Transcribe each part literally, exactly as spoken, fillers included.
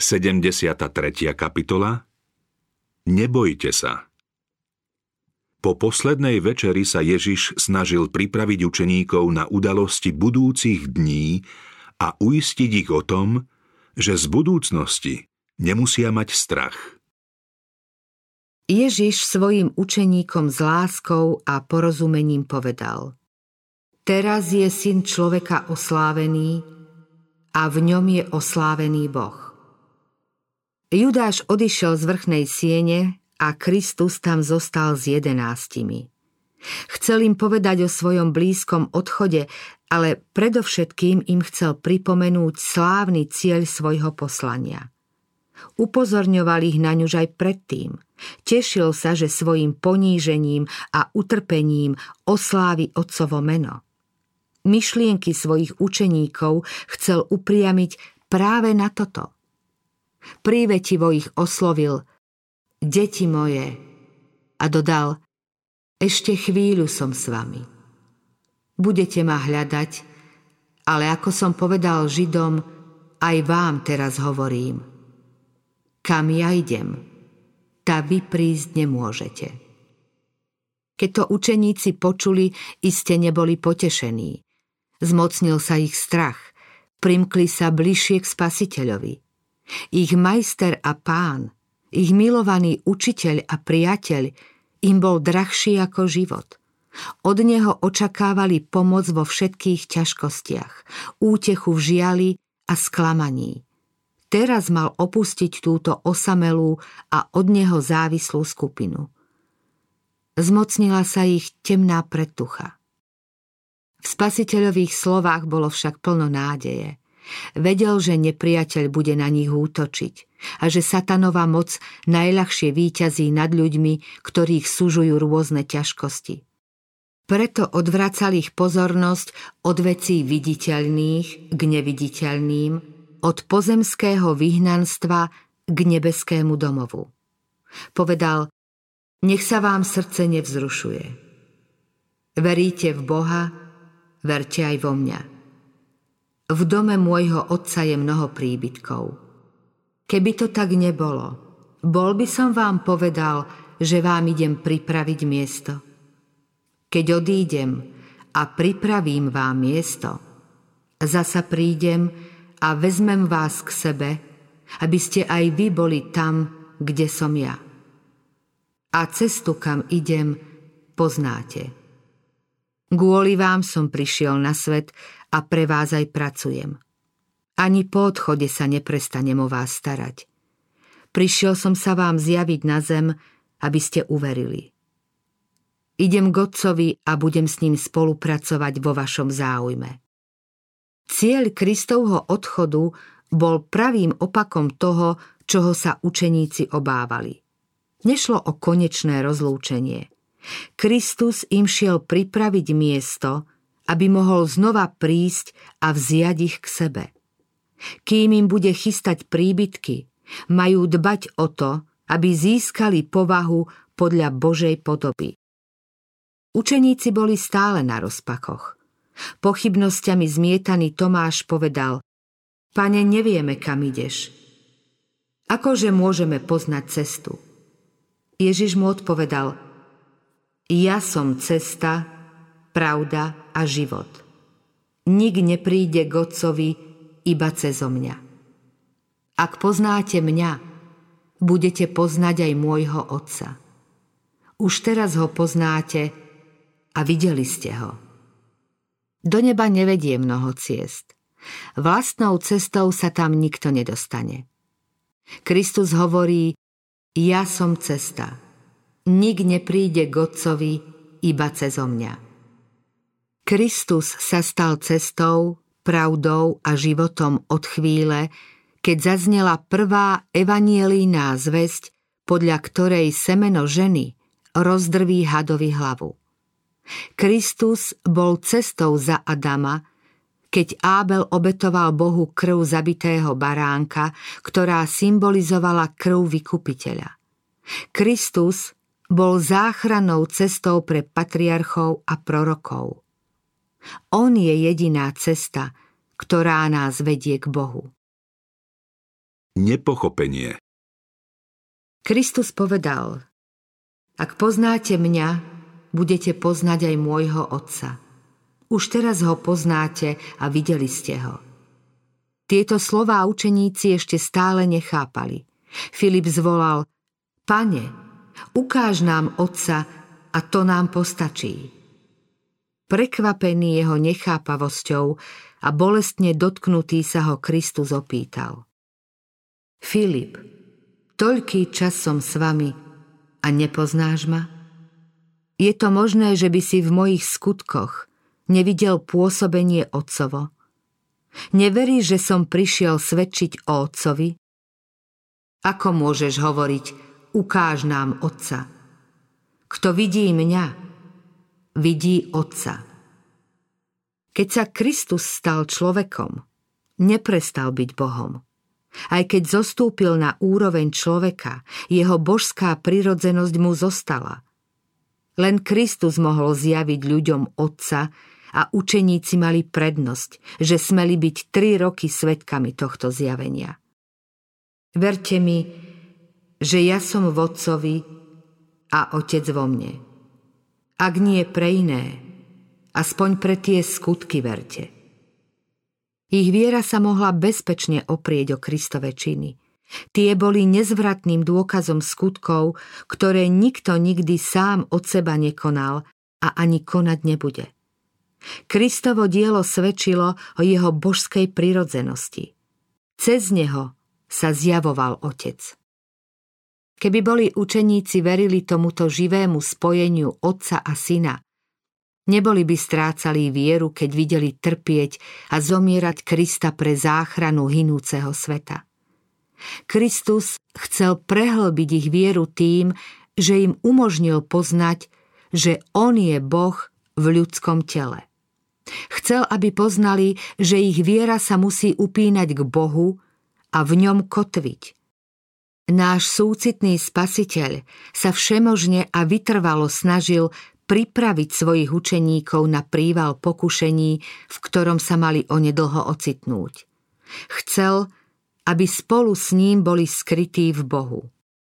sedemdesiata tretia kapitola. Nebojte sa. Po poslednej večeri sa Ježiš snažil pripraviť učeníkov na udalosti budúcich dní a uistiť ich o tom, že z budúcnosti nemusia mať strach. Ježiš svojim učeníkom s láskou a porozumením povedal: Teraz je Syn človeka oslávený a v ňom je oslávený Boh. Judáš odišiel z vrchnej siene a Kristus tam zostal s jedenástimi. Chcel im povedať o svojom blízkom odchode, ale predovšetkým im chcel pripomenúť slávny cieľ svojho poslania. Upozorňoval ich naň už aj predtým. Tešil sa, že svojim ponížením a utrpením oslávi Otcovo meno. Myšlienky svojich učeníkov chcel upriamiť práve na toto. Prívetivo ich oslovil: Deti moje, a dodal: Ešte chvíľu som s vami. Budete ma hľadať, ale ako som povedal Židom, aj vám teraz hovorím: Kam ja idem, tá vy prísť nemôžete. Keď to učeníci počuli, iste neboli potešení. Zmocnil sa ich strach, primkli sa bližšie k Spasiteľovi. Ich majster a pán, ich milovaný učiteľ a priateľ im bol drahší ako život. Od neho očakávali pomoc vo všetkých ťažkostiach, útechu v žiali a sklamaní. Teraz mal opustiť túto osamelú a od neho závislú skupinu. Zmocnila sa ich temná predtucha. V Spasiteľových slovách bolo však plno nádeje. Vedel, že nepriateľ bude na nich útočiť a že satanová moc najľahšie víťazí nad ľuďmi, ktorých sužujú rôzne ťažkosti. Preto odvracal ich pozornosť od vecí viditeľných k neviditeľným, od pozemského vyhnanstva k nebeskému domovu. Povedal: Nech sa vám srdce nevzrušuje. Veríte v Boha, verte aj vo mňa. V dome môjho Otca je mnoho príbytkov. Keby to tak nebolo, bol by som vám povedal, že vám idem pripraviť miesto. Keď odídem a pripravím vám miesto, zasa prídem a vezmem vás k sebe, aby ste aj vy boli tam, kde som ja. A cestu, kam idem, poznáte. Kvôli vám som prišiel na svet a pre vás aj pracujem. Ani po odchode sa neprestanem o vás starať. Prišiel som sa vám zjaviť na zem, aby ste uverili. Idem k Otcovi a budem s ním spolupracovať vo vašom záujme. Cieľ Kristovho odchodu bol pravým opakom toho, čoho sa učeníci obávali. Nešlo o konečné rozlúčenie. Kristus im šiel pripraviť miesto, aby mohol znova prísť a vziať ich k sebe. Kým im bude chystať príbytky, majú dbať o to, aby získali povahu podľa Božej podoby. Učeníci boli stále na rozpakoch. Pochybnosťami zmietaný Tomáš povedal: Pane, nevieme, kam ideš. Akože môžeme poznať cestu? Ježiš mu odpovedal: Ja som cesta, pravda a život. Nik nepríde k Otcovi iba cezo mňa. Ak poznáte mňa, budete poznať aj môjho Otca. Už teraz ho poznáte a videli ste ho. Do neba nevedie mnoho ciest. Vlastnou cestou sa tam nikto nedostane. Kristus hovorí: Ja som cesta. Nik nepríde k Otcovi iba cezo mňa. Kristus sa stal cestou, pravdou a životom od chvíle, keď zaznela prvá evanjelijná zvesť, podľa ktorej semeno ženy rozdrví hadovi hlavu. Kristus bol cestou za Adama, keď Ábel obetoval Bohu krv zabitého baránka, ktorá symbolizovala krv vykupiteľa. Kristus bol záchrannou cestou pre patriarchov a prorokov. On je jediná cesta, ktorá nás vedie k Bohu. Nepochopenie. Kristus povedal: Ak poznáte mňa, budete poznať aj môjho Otca. Už teraz ho poznáte a videli ste ho. Tieto slová učeníci ešte stále nechápali. Filip zvolal: Pane, ukáž nám Otca a to nám postačí. Prekvapený jeho nechápavosťou a bolestne dotknutý sa ho Kristus opýtal: Filip, toľký čas som s vami a nepoznáš ma? Je to možné, že by si v mojich skutkoch nevidel pôsobenie Otcovo? Neveríš, že som prišiel svedčiť o Otcovi? Ako môžeš hovoriť: ukáž nám Otca? Kto vidí mňa, vidí Otca. Keď sa Kristus stal človekom, neprestal byť Bohom. Aj keď zostúpil na úroveň človeka, jeho božská prirodzenosť mu zostala. Len Kristus mohol zjaviť ľuďom Otca a učeníci mali prednosť, že smeli byť tri roky svedkami tohto zjavenia. Verte mi, že ja som v Otcovi a Otec vo mne. Ak nie pre iné, aspoň pre tie skutky verte. Ich viera sa mohla bezpečne oprieť o Kristove činy. Tie boli nezvratným dôkazom skutkov, ktoré nikto nikdy sám od seba nekonal a ani konať nebude. Kristovo dielo svedčilo o jeho božskej prirodzenosti. Cez neho sa zjavoval Otec. Keby boli učeníci verili tomuto živému spojeniu Otca a Syna, neboli by strácali vieru, keď videli trpieť a zomierať Krista pre záchranu hinúceho sveta. Kristus chcel prehlbiť ich vieru tým, že im umožnil poznať, že On je Boh v ľudskom tele. Chcel, aby poznali, že ich viera sa musí upínať k Bohu a v ňom kotviť. Náš súcitný Spasiteľ sa všemožne a vytrvalo snažil pripraviť svojich učeníkov na príval pokušení, v ktorom sa mali onedlho ocitnúť. Chcel, aby spolu s ním boli skrytí v Bohu.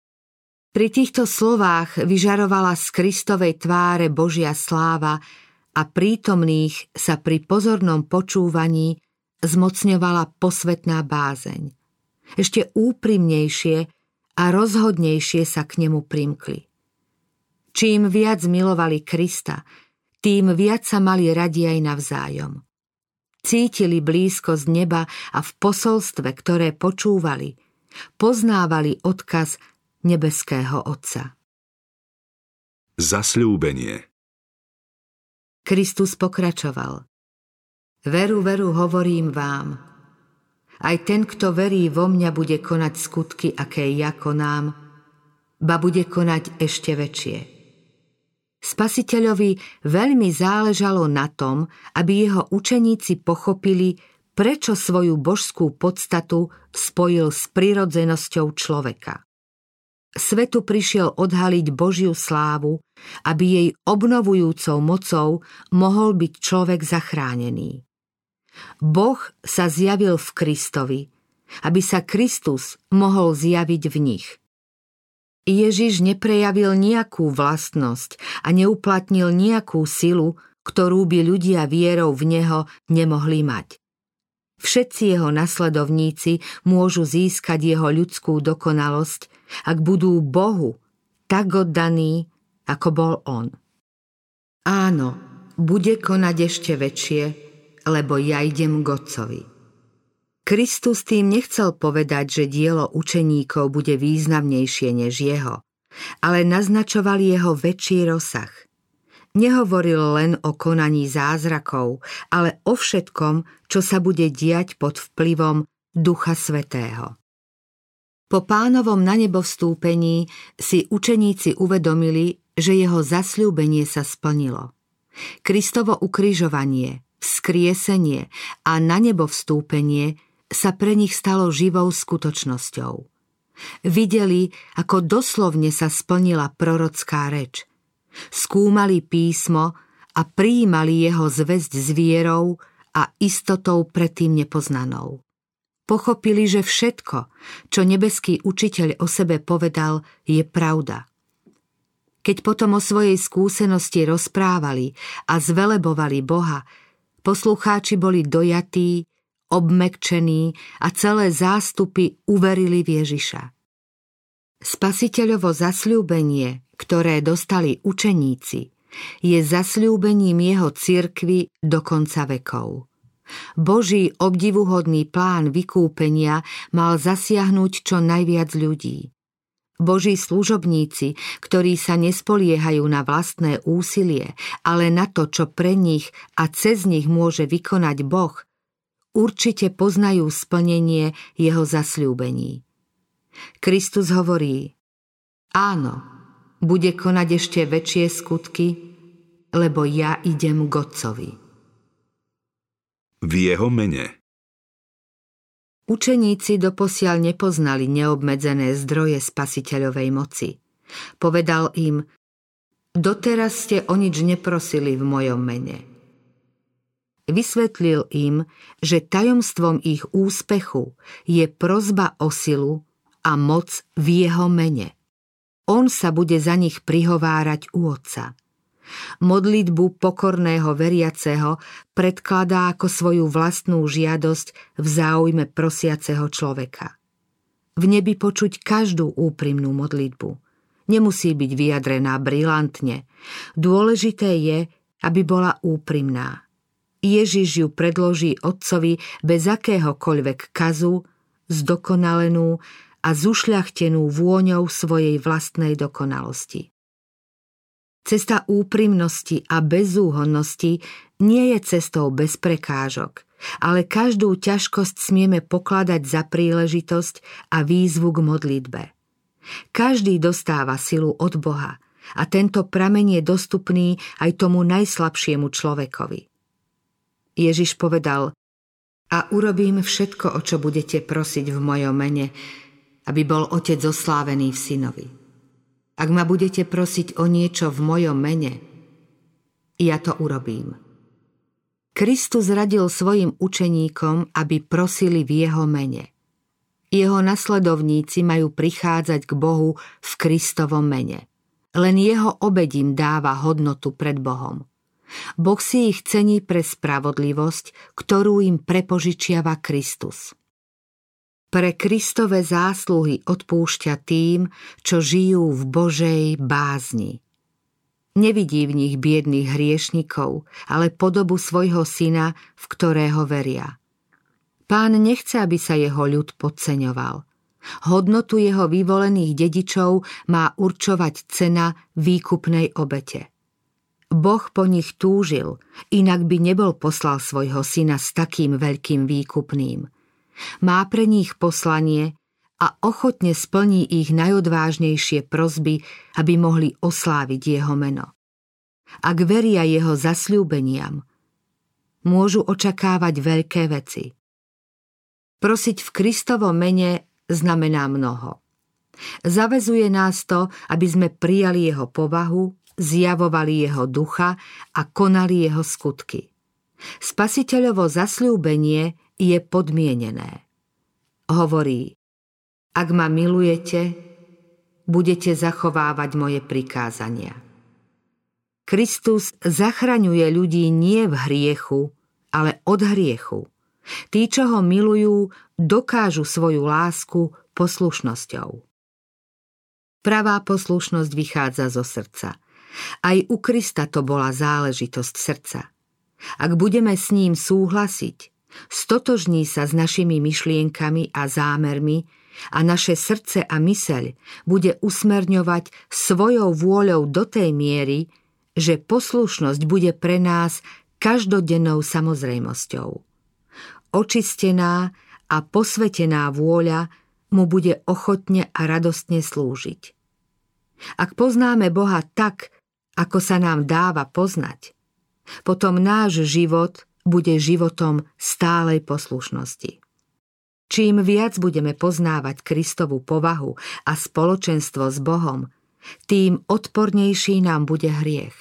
Pri týchto slovách vyžarovala z Kristovej tváre Božia sláva a prítomných sa pri pozornom počúvaní zmocňovala posvätná bázeň. Ešte úprimnejšie a rozhodnejšie sa k nemu primkli. Čím viac milovali Krista, tým viac sa mali radi aj navzájom. Cítili blízkosť neba a v posolstve, ktoré počúvali, poznávali odkaz nebeského Otca. Zasľúbenie. Kristus pokračoval: Veru, veru, hovorím vám, aj ten, kto verí vo mňa, bude konať skutky, aké ja konám, ba bude konať ešte väčšie. Spasiteľovi veľmi záležalo na tom, aby jeho učeníci pochopili, prečo svoju božskú podstatu spojil s prirodzenosťou človeka. Svetu prišiel odhaliť Božiu slávu, aby jej obnovujúcou mocou mohol byť človek zachránený. Boh sa zjavil v Kristovi, aby sa Kristus mohol zjaviť v nich. Ježiš neprejavil nejakú vlastnosť a neuplatnil nejakú silu, ktorú by ľudia vierou v neho nemohli mať. Všetci jeho nasledovníci môžu získať jeho ľudskú dokonalosť, ak budú Bohu tak oddaní, ako bol on. Áno, bude konať ešte väčšie, lebo ja idem k Otcovi. Kristus tým nechcel povedať, že dielo učeníkov bude významnejšie než jeho, ale naznačoval jeho väčší rozsah. Nehovoril len o konaní zázrakov, ale o všetkom, čo sa bude diať pod vplyvom Ducha Svätého. Po Pánovom na nebo vstúpení si učeníci uvedomili, že jeho zasľúbenie sa splnilo. Kristovo ukrižovanie, vzkriesenie a na nebo vstúpenie sa pre nich stalo živou skutočnosťou. Videli, ako doslovne sa splnila prorocká reč. Skúmali písmo a prijímali jeho zvesť s vierou a istotou predtým nepoznanou. Pochopili, že všetko, čo nebeský učiteľ o sebe povedal, je pravda. Keď potom o svojej skúsenosti rozprávali a zvelebovali Boha, poslucháči boli dojatí, obmekčení a celé zástupy uverili v Ježiša. Spasiteľovo zasľúbenie, ktoré dostali učeníci, je zasľúbením jeho cirkvi do konca vekov. Boží obdivuhodný plán vykúpenia mal zasiahnuť čo najviac ľudí. Boží služobníci, ktorí sa nespoliehajú na vlastné úsilie, ale na to, čo pre nich a cez nich môže vykonať Boh, určite poznajú splnenie jeho zasľúbení. Kristus hovorí: áno, bude konať ešte väčšie skutky, lebo ja idem k Otcovi. V jeho mene. Učeníci doposiaľ nepoznali neobmedzené zdroje spasiteľovej moci. Povedal im: doteraz ste o nič neprosili v mojom mene. Vysvetlil im, že tajomstvom ich úspechu je prosba o silu a moc v jeho mene. On sa bude za nich prihovárať u Otca. Modlitbu pokorného veriaceho predkladá ako svoju vlastnú žiadosť v záujme prosiaceho človeka. V nebi počuť každú úprimnú modlitbu. Nemusí byť vyjadrená brilantne. Dôležité je, aby bola úprimná. Ježiš ju predloží Otcovi bez akéhokoľvek kazu, zdokonalenú a zušľachtenú vôňou svojej vlastnej dokonalosti. Cesta úprimnosti a bezúhonnosti nie je cestou bez prekážok, ale každú ťažkosť smieme pokladať za príležitosť a výzvu k modlitbe. Každý dostáva silu od Boha a tento prameň je dostupný aj tomu najslabšiemu človekovi. Ježiš povedal: a urobím všetko, o čo budete prosiť v mojom mene, aby bol Otec oslávený v Synovi. Ak ma budete prosiť o niečo v mojom mene, ja to urobím. Kristus radil svojim učeníkom, aby prosili v jeho mene. Jeho nasledovníci majú prichádzať k Bohu v Kristovom mene. Len jeho obeť im dáva hodnotu pred Bohom. Boh si ich cení pre spravodlivosť, ktorú im prepožičiava Kristus. Pre Kristove zásluhy odpúšťa tým, čo žijú v Božej bázni. Nevidí v nich biedných hriešnikov, ale podobu svojho syna, v ktorého veria. Pán nechce, aby sa jeho ľud podceňoval. Hodnotu jeho vyvolených dedičov má určovať cena výkupnej obete. Boh po nich túžil, inak by nebol poslal svojho syna s takým veľkým výkupným. Má pre nich poslanie a ochotne splní ich najodvážnejšie prosby, aby mohli osláviť jeho meno. Ak veria jeho zasľúbeniam, môžu očakávať veľké veci. Prosiť v Kristovom mene znamená mnoho. Zavezuje nás to, aby sme prijali jeho povahu, zjavovali jeho ducha a konali jeho skutky. Spasiteľovo zasľúbenie je podmienené. Hovorí: ak ma milujete, budete zachovávať moje prikázania. Kristus zachraňuje ľudí nie v hriechu, ale od hriechu. Tí, čo ho milujú, dokážu svoju lásku poslušnosťou. Pravá poslušnosť vychádza zo srdca. Aj u Krista to bola záležitosť srdca. Ak budeme s ním súhlasiť, stotožní sa s našimi myšlienkami a zámermi a naše srdce a myseľ bude usmerňovať svojou vôľou do tej miery, že poslušnosť bude pre nás každodennou samozrejmosťou. Očistená a posvetená vôľa mu bude ochotne a radostne slúžiť. Ak poznáme Boha tak, ako sa nám dáva poznať, potom náš život bude životom stálej poslušnosti. Čím viac budeme poznávať Kristovu povahu a spoločenstvo s Bohom, tým odpornejší nám bude hriech.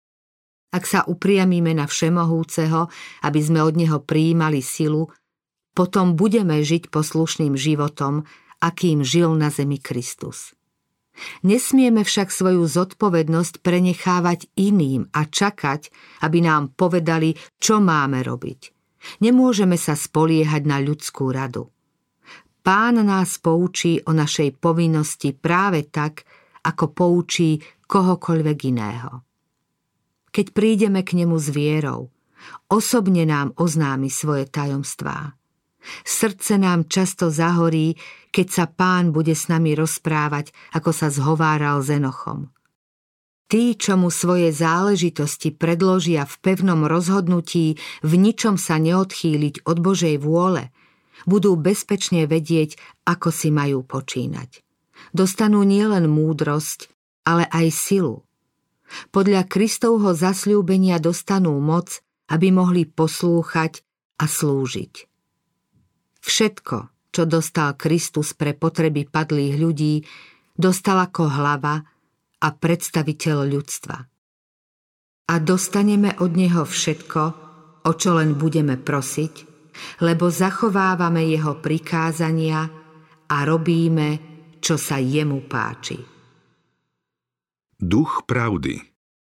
Ak sa upriamíme na Všemohúceho, aby sme od neho prijímali silu, Potom budeme žiť poslušným životom, akým žil na zemi Kristus. Nesmieme však svoju zodpovednosť prenechávať iným a čakať, aby nám povedali, čo máme robiť. Nemôžeme sa spoliehať na ľudskú radu. Pán nás poučí o našej povinnosti práve tak, ako poučí kohokoľvek iného. Keď prídeme k nemu s vierou, osobne nám oznámi svoje tajomstvá. Srdce nám často zahorí, keď sa Pán bude s nami rozprávať, ako sa zhováral s Enochom. Tí, čo mu svoje záležitosti predložia v pevnom rozhodnutí v ničom sa neodchýliť od Božej vôle, budú bezpečne vedieť, ako si majú počínať. Dostanú nielen múdrosť, ale aj silu. Podľa Kristovho zasľúbenia dostanú moc, aby mohli poslúchať a slúžiť. Všetko, čo dostal Kristus pre potreby padlých ľudí, dostal ako hlava a predstaviteľ ľudstva. A dostaneme od neho všetko, o čo len budeme prosiť, lebo zachovávame jeho prikázania a robíme, čo sa jemu páči. Duch pravdy.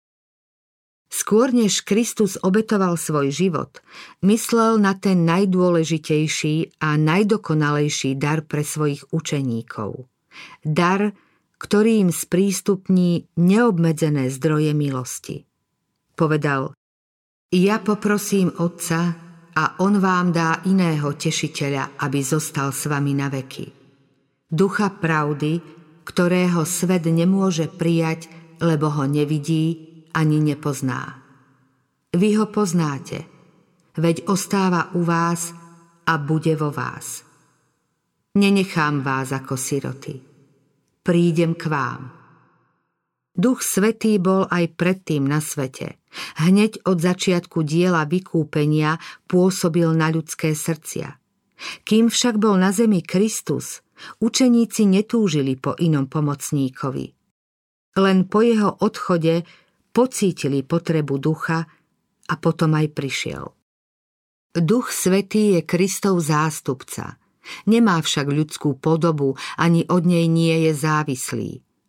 Skôr než Kristus obetoval svoj život, myslel na ten najdôležitejší a najdokonalejší dar pre svojich učeníkov. Dar, ktorý im sprístupní neobmedzené zdroje milosti. Povedal: Ja poprosím Otca a on vám dá iného tešiteľa, aby zostal s vami na veky. Ducha pravdy, ktorého svet nemôže prijať, lebo ho nevidí ani nepozná. Vy ho poznáte, veď ostáva u vás a bude vo vás. Nenechám vás ako siroty. Prídem k vám. Duch Svätý bol aj predtým na svete. Hneď od začiatku diela vykúpenia pôsobil na ľudské srdcia. Kým však bol na zemi Kristus, učeníci netúžili po inom pomocníkovi. Len po jeho odchode pocítili potrebu ducha a potom aj prišiel. Duch Svätý je Kristov zástupca. Nemá však ľudskú podobu, ani od nej nie je závislý.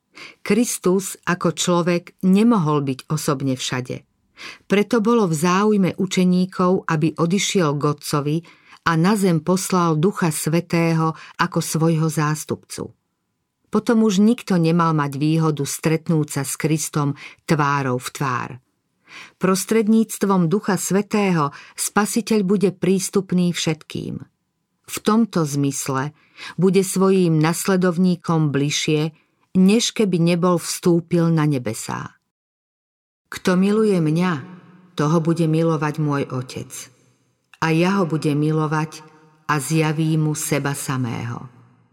Kristus ako človek nemohol byť osobne všade. Preto bolo v záujme učeníkov, aby odišiel k Otcovi a na zem poslal Ducha Svätého ako svojho zástupcu. Potom už nikto nemal mať výhodu stretnúť sa s Kristom tvárou v tvár. Prostredníctvom Ducha Svätého Spasiteľ bude prístupný všetkým. V tomto zmysle bude svojím nasledovníkom bližšie, než keby nebol vstúpil na nebesá. Kto miluje mňa, toho bude milovať môj Otec. A ja ho budem milovať a zjavím mu seba samého.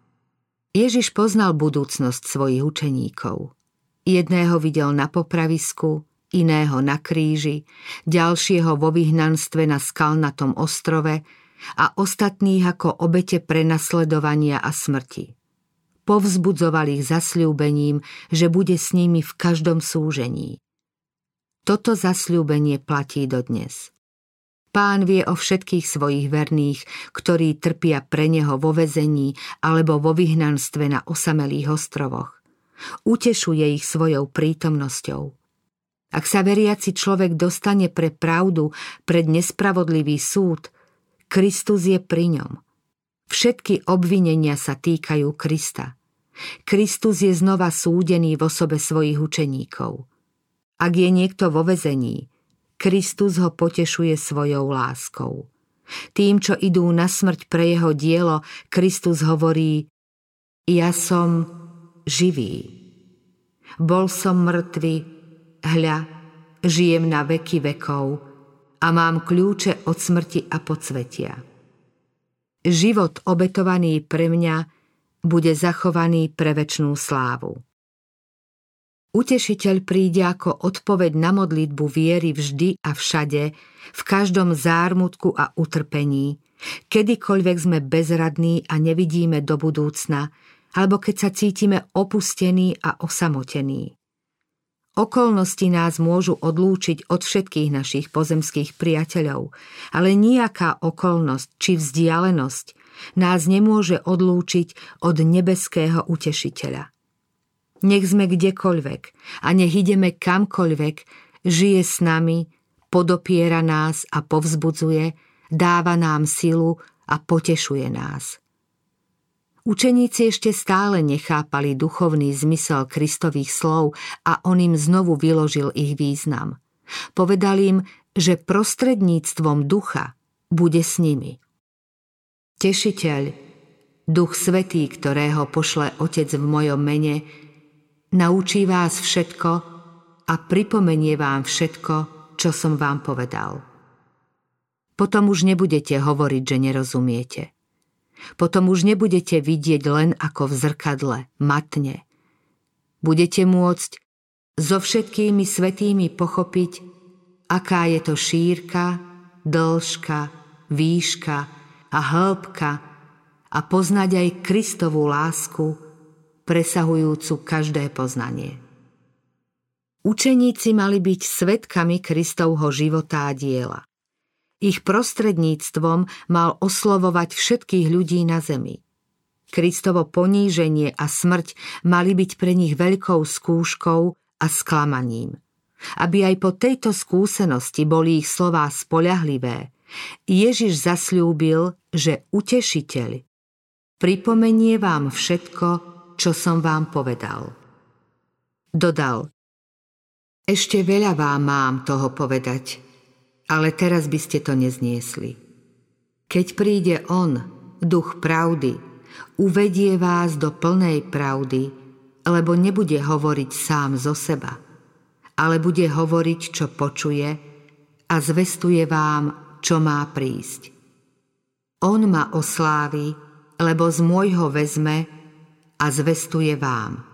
Ježiš poznal budúcnosť svojich učeníkov. Jedného videl na popravisku, iného na kríži, ďalšieho vo vyhnanstve na skalnatom ostrove a ostatných ako obete prenasledovania a smrti. Povzbudzoval ich zasľúbením, že bude s nimi v každom súžení. Toto zasľúbenie platí dodnes. Pán vie o všetkých svojich verných, ktorí trpia pre neho vo väzení alebo vo vyhnanstve na osamelých ostrovoch. Utešuje ich svojou prítomnosťou. Ak sa veriaci človek dostane pre pravdu pred nespravodlivý súd, Kristus je pri ňom. Všetky obvinenia sa týkajú Krista. Kristus je znova súdený v osobe svojich učeníkov. Ak je niekto vo väzení, Kristus ho potešuje svojou láskou. Tým, čo idú na smrť pre jeho dielo, Kristus hovorí: Ja som živý. Bol som mŕtvy, hľa, žijem na veky vekov a mám kľúče od smrti a podsvetia. Život obetovaný pre mňa bude zachovaný pre večnú slávu. Utešiteľ príde ako odpoveď na modlitbu viery vždy a všade, v každom zármutku a utrpení, kedykoľvek sme bezradní a nevidíme do budúcna, alebo keď sa cítime opustení a osamotení. Okolnosti nás môžu odlúčiť od všetkých našich pozemských priateľov, ale nejaká okolnosť či vzdialenosť nás nemôže odlúčiť od nebeského utešiteľa. Nech sme kdekoľvek a nech ideme kamkoľvek, žije s nami, podopiera nás a povzbudzuje, dáva nám silu a potešuje nás. Učeníci ešte stále nechápali duchovný zmysel Kristových slov a on im znovu vyložil ich význam. Povedal im, že prostredníctvom ducha bude s nimi. Tešiteľ, Duch Svätý, ktorého pošle Otec v mojom mene, naučí vás všetko a pripomenie vám všetko, čo som vám povedal. Potom už nebudete hovoriť, že nerozumiete. Potom už nebudete vidieť len ako v zrkadle, matne. Budete môcť so všetkými svätými pochopiť, aká je to šírka, dĺžka, výška a hĺbka a poznať aj Kristovú lásku, presahujúcu každé poznanie. Učeníci mali byť svedkami Kristovho života a diela. Ich prostredníctvom mal oslovovať všetkých ľudí na zemi. Kristovo poníženie a smrť mali byť pre nich veľkou skúškou a sklamaním. Aby aj po tejto skúsenosti boli ich slová spoľahlivé, Ježiš zasľúbil, že Utešiteľ pripomenie vám všetko, čo som vám povedal. Dodal: Ešte veľa vám mám toho povedať, ale teraz by ste to nezniesli. Keď príde on, Duch pravdy, uvedie vás do plnej pravdy, lebo nebude hovoriť sám zo seba, ale bude hovoriť, čo počuje a zvestuje vám, čo má prísť. On ma oslávi, lebo z môjho vezme a zvestuje vám.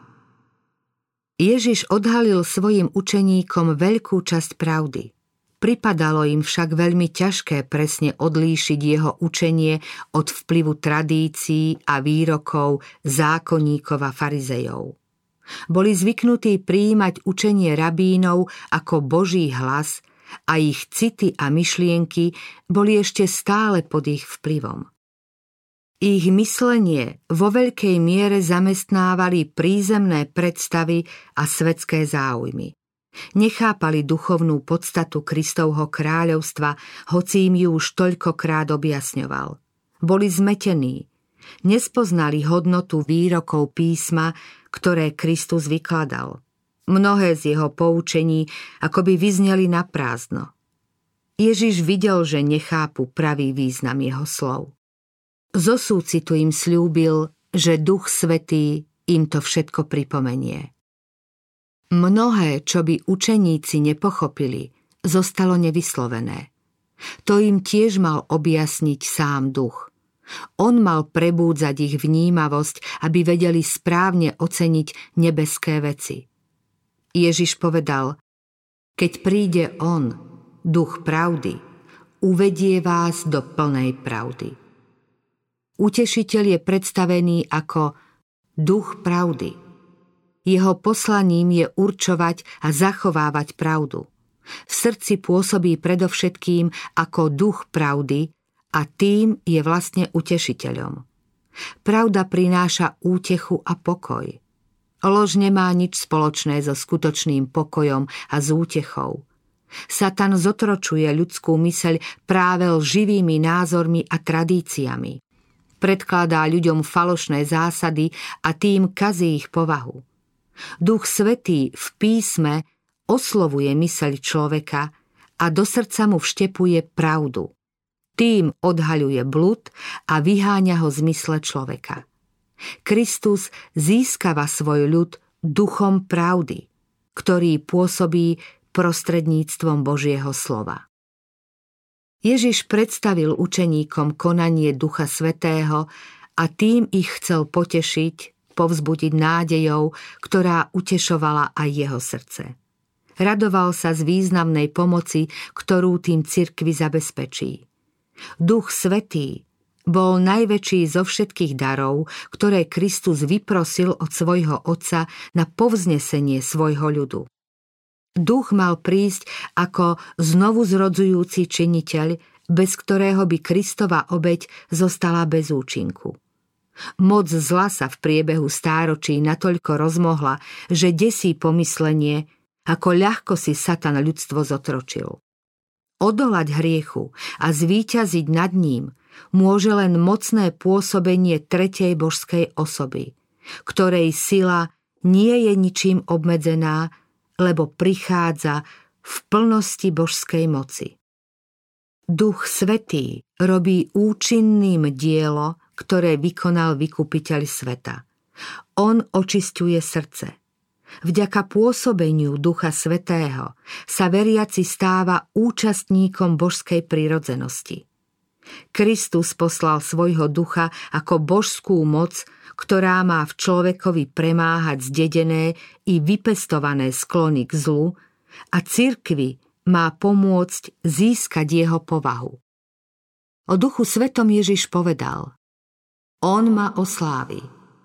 Ježiš odhalil svojim učeníkom veľkú časť pravdy. Pripadalo im však veľmi ťažké presne odlíšiť jeho učenie od vplyvu tradícií a výrokov zákonníkov a farizejov. Boli zvyknutí prijímať učenie rabínov ako Boží hlas a ich city a myšlienky boli ešte stále pod ich vplyvom. Ich myslenie vo veľkej miere zamestnávali prízemné predstavy a svetské záujmy. Nechápali duchovnú podstatu Kristovho kráľovstva, hoci im ju už toľkokrát objasňoval. Boli zmetení, nespoznali hodnotu výrokov písma, ktoré Kristus vykladal. Mnohé z jeho poučení akoby vyzneli na prázdno. Ježiš videl, že nechápu pravý význam jeho slov. Zo súcitu im sľúbil, že Duch Svätý im to všetko pripomenie. Mnohé, čo by učeníci nepochopili, zostalo nevyslovené. To im tiež mal objasniť sám Duch. On mal prebúdzať ich vnímavosť, aby vedeli správne oceniť nebeské veci. Ježiš povedal: Keď príde on, Duch pravdy, uvedie vás do plnej pravdy. Utešiteľ je predstavený ako Duch pravdy. Jeho poslaním je určovať a zachovávať pravdu. V srdci pôsobí predovšetkým ako duch pravdy a tým je vlastne utešiteľom. Pravda prináša útechu a pokoj. Lož nemá nič spoločné so skutočným pokojom a s útechou. Satan zotročuje ľudskú myseľ práve lživými názormi a tradíciami. Predkladá ľuďom falošné zásady a tým kazí ich povahu. Duch Svätý v písme oslovuje myseľ človeka a do srdca mu vštepuje pravdu. Tým odhaľuje blud a vyháňa ho z mysle človeka. Kristus získava svoj ľud duchom pravdy, ktorý pôsobí prostredníctvom Božieho slova. Ježiš predstavil učeníkom konanie Ducha Svätého a tým ich chcel potešiť, povzbudiť nádejou, ktorá utešovala aj jeho srdce. Radoval sa z významnej pomoci, ktorú tým cirkvi zabezpečí. Duch Svätý bol najväčší zo všetkých darov, ktoré Kristus vyprosil od svojho Otca na povznesenie svojho ľudu. Duch mal prísť ako znovu zrodzujúci činiteľ, bez ktorého by Kristova obeť zostala bez účinku. Moc zla sa v priebehu stáročí natoľko rozmohla, že desí pomyslenie, ako ľahko si Satan ľudstvo zotročil. Odolať hriechu a zvíťaziť nad ním môže len mocné pôsobenie tretej božskej osoby, ktorej sila nie je ničím obmedzená, lebo prichádza v plnosti božskej moci. Duch Svätý robí účinným dielo, ktoré vykonal vykupiteľ sveta. On očisťuje srdce. Vďaka pôsobeniu Ducha Svätého sa veriaci stáva účastníkom božskej prirodzenosti. Kristus poslal svojho ducha ako božskú moc, ktorá má v človekovi premáhať zdedené i vypestované sklony k zlu a cirkvi má pomôcť získať jeho povahu. O Duchu Svetom Ježiš povedal: On ma oslávi.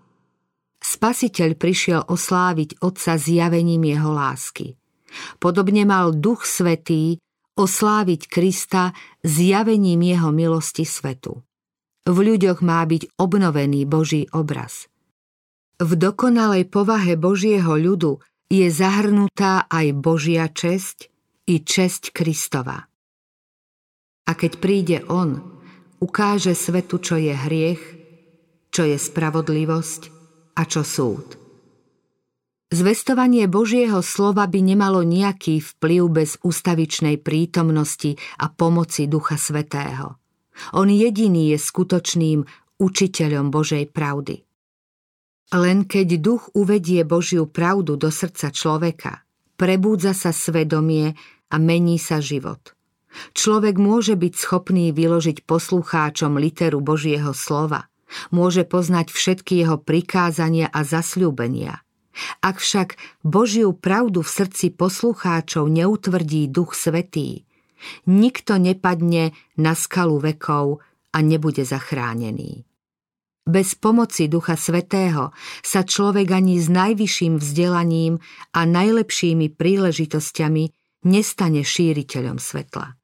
Spasiteľ prišiel osláviť Otca zjavením jeho lásky. Podobne mal Duch Svätý osláviť Krista zjavením jeho milosti svetu. V ľuďoch má byť obnovený Boží obraz. V dokonalej povahe Božieho ľudu je zahrnutá aj Božia česť i česť Kristova. A keď príde On, ukáže svetu, čo je hriech, čo je spravodlivosť a čo súd. Zvestovanie Božieho slova by nemalo nejaký vplyv bez ustavičnej prítomnosti a pomoci Ducha Svätého. On jediný je skutočným učiteľom Božej pravdy. Len keď Duch uvedie Božiu pravdu do srdca človeka, prebúdza sa svedomie a mení sa život. Človek môže byť schopný vyložiť poslucháčom literu Božieho slova, môže poznať všetky jeho prikázania a zasľúbenia. Ak však Božiu pravdu v srdci poslucháčov neutvrdí Duch Svätý, nikto nepadne na skalu vekov a nebude zachránený. Bez pomoci Ducha Svätého sa človek ani s najvyšším vzdelaním a najlepšími príležitosťami nestane šíriteľom svetla.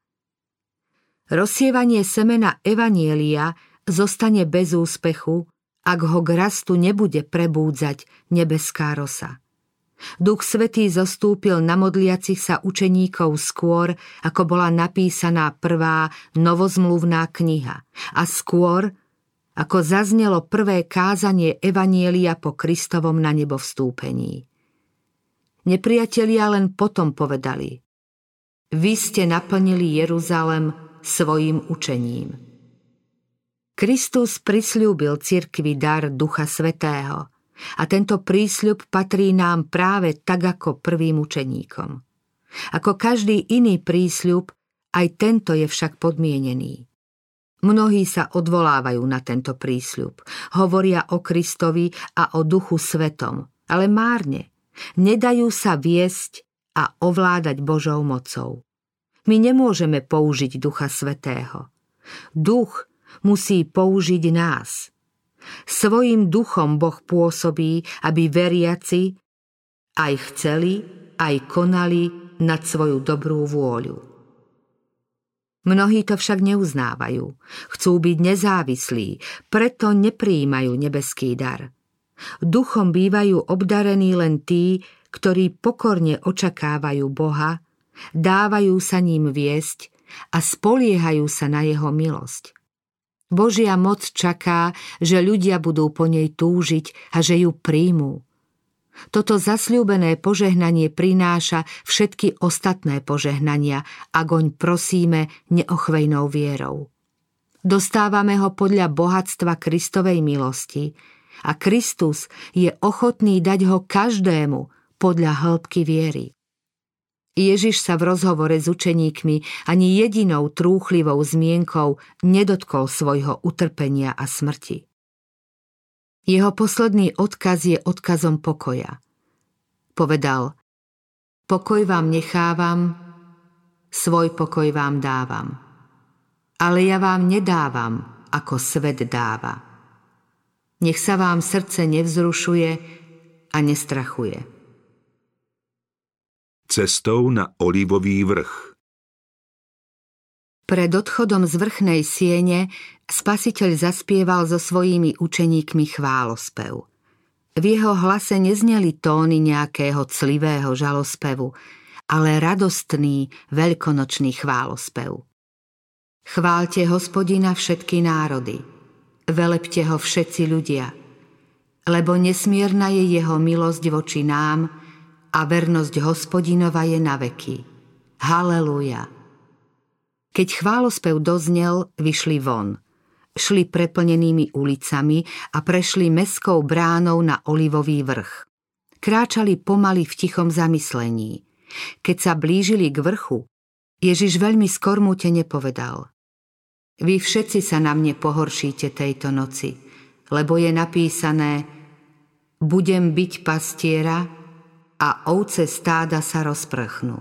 Rozsievanie semena evanjelia zostane bez úspechu, ak ho k rastu nebude prebúdzať nebeská rosa. Duch Svätý zostúpil na modliacich sa učeníkov skôr, ako bola napísaná prvá novozmluvná kniha a skôr, ako zaznelo prvé kázanie evanjelia po Kristovom na nebo vstúpení. Nepriatelia len potom povedali: Vy ste naplnili Jeruzalem svojim učením. Kristus prisľúbil cirkvi dar Ducha Svätého a tento prísľub patrí nám práve tak ako prvým učeníkom. Ako každý iný prísľub, aj tento je však podmienený. Mnohí sa odvolávajú na tento prísľub, hovoria o Kristovi a o Duchu Svetom, ale márne. Nedajú sa viesť a ovládať Božou mocou. My nemôžeme použiť Ducha Svätého. Duch musí použiť nás. Svojím duchom Boh pôsobí, aby veriaci aj chceli, aj konali nad svoju dobrú vôľu. Mnohí to však neuznávajú. Chcú byť nezávislí, preto neprijímajú nebeský dar. Duchom bývajú obdarení len tí, ktorí pokorne očakávajú Boha, dávajú sa ním viesť a spoliehajú sa na jeho milosť. Božia moc čaká, že ľudia budú po nej túžiť a že ju príjmú. Toto zasľúbené požehnanie prináša všetky ostatné požehnania, ak oň prosíme neochvejnou vierou. Dostávame ho podľa bohatstva Kristovej milosti a Kristus je ochotný dať ho každému podľa hĺbky viery. Ježiš sa v rozhovore s učeníkmi ani jedinou trúchlivou zmienkou nedotkol svojho utrpenia a smrti. Jeho posledný odkaz je odkazom pokoja. Povedal: Pokoj vám nechávam, svoj pokoj vám dávam. Ale ja vám nedávam, ako svet dáva. Nech sa vám srdce nevzrušuje a nestrachuje. V cestou na Olivový vrch. Pred odchodom z vrchnej siene Spasiteľ zaspieval so svojimi učeníkmi chválospev. V jeho hlase nezneli tóny nejakého clivého žalospevu, ale radostný, veľkonočný chválospev. Chváľte Hospodina všetky národy, velepte ho všetci ľudia, lebo nesmierna je jeho milosť voči nám a vernosť Hospodinova je na veky. Halelúja. Keď chválospev doznel, vyšli von. Šli preplnenými ulicami a prešli mestskou bránou na Olivový vrch. Kráčali pomaly v tichom zamyslení. Keď sa blížili k vrchu, Ježiš veľmi skormútene povedal: Vy všetci sa na mne pohoršíte tejto noci, lebo je napísané: Budem byť pastiera a ovce stáda sa rozprchnú.